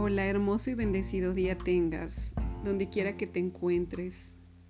Hola, hermoso y bendecido día tengas, donde quiera que te encuentres.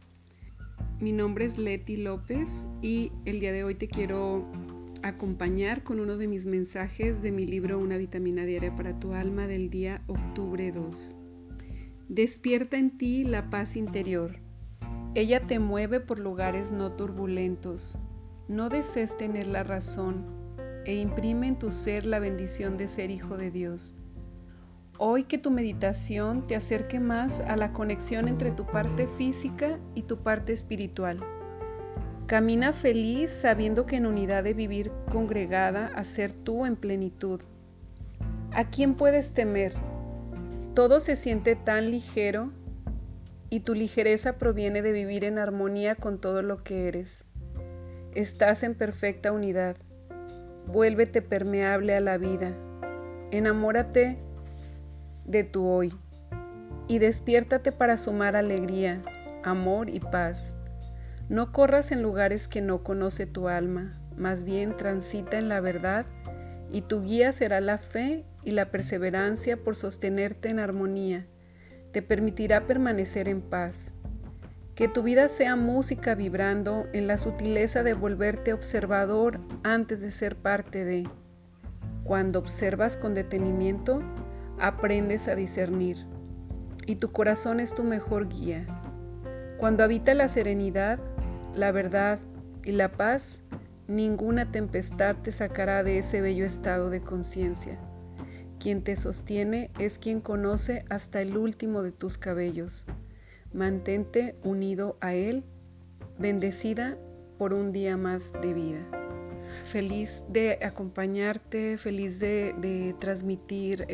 Mi nombre es Leti López y el día de hoy te quiero acompañar con uno de mis mensajes de mi libro Una vitamina diaria para tu alma del día octubre 2. Despierta en ti la paz interior. Ella te mueve por lugares no turbulentos. No desees tener la razón e imprime en tu ser la bendición de ser hijo de Dios. Hoy que tu meditación te acerque más a la conexión entre tu parte física y tu parte espiritual. Camina feliz sabiendo que en unidad de vivir congregada a ser tú en plenitud. ¿A quién puedes temer? Todo se siente tan ligero y tu ligereza proviene de vivir en armonía con todo lo que eres. Estás en perfecta unidad. Vuélvete permeable a la vida. Enamórate de tu hoy y despiértate para sumar alegría, amor y paz. No corras en lugares que no conoce tu alma, más bien transita en la verdad y tu guía será la fe y la perseverancia por sostenerte en armonía. Te permitirá permanecer en paz. Que tu vida sea música vibrando en la sutileza de volverte observador antes de ser parte de. Cuando observas con detenimiento, aprendes a discernir, y tu corazón es tu mejor guía. Cuando habita la serenidad, la verdad y la paz, ninguna tempestad te sacará de ese bello estado de conciencia. Quien te sostiene es quien conoce hasta el último de tus cabellos. Mantente unido a Él, bendecida por un día más de vida. Feliz de acompañarte, feliz de transmitir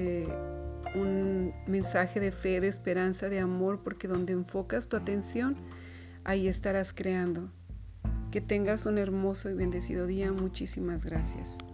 un mensaje de fe, de esperanza, de amor, porque donde enfocas tu atención, ahí estarás creando. Que tengas un hermoso y bendecido día. Muchísimas gracias.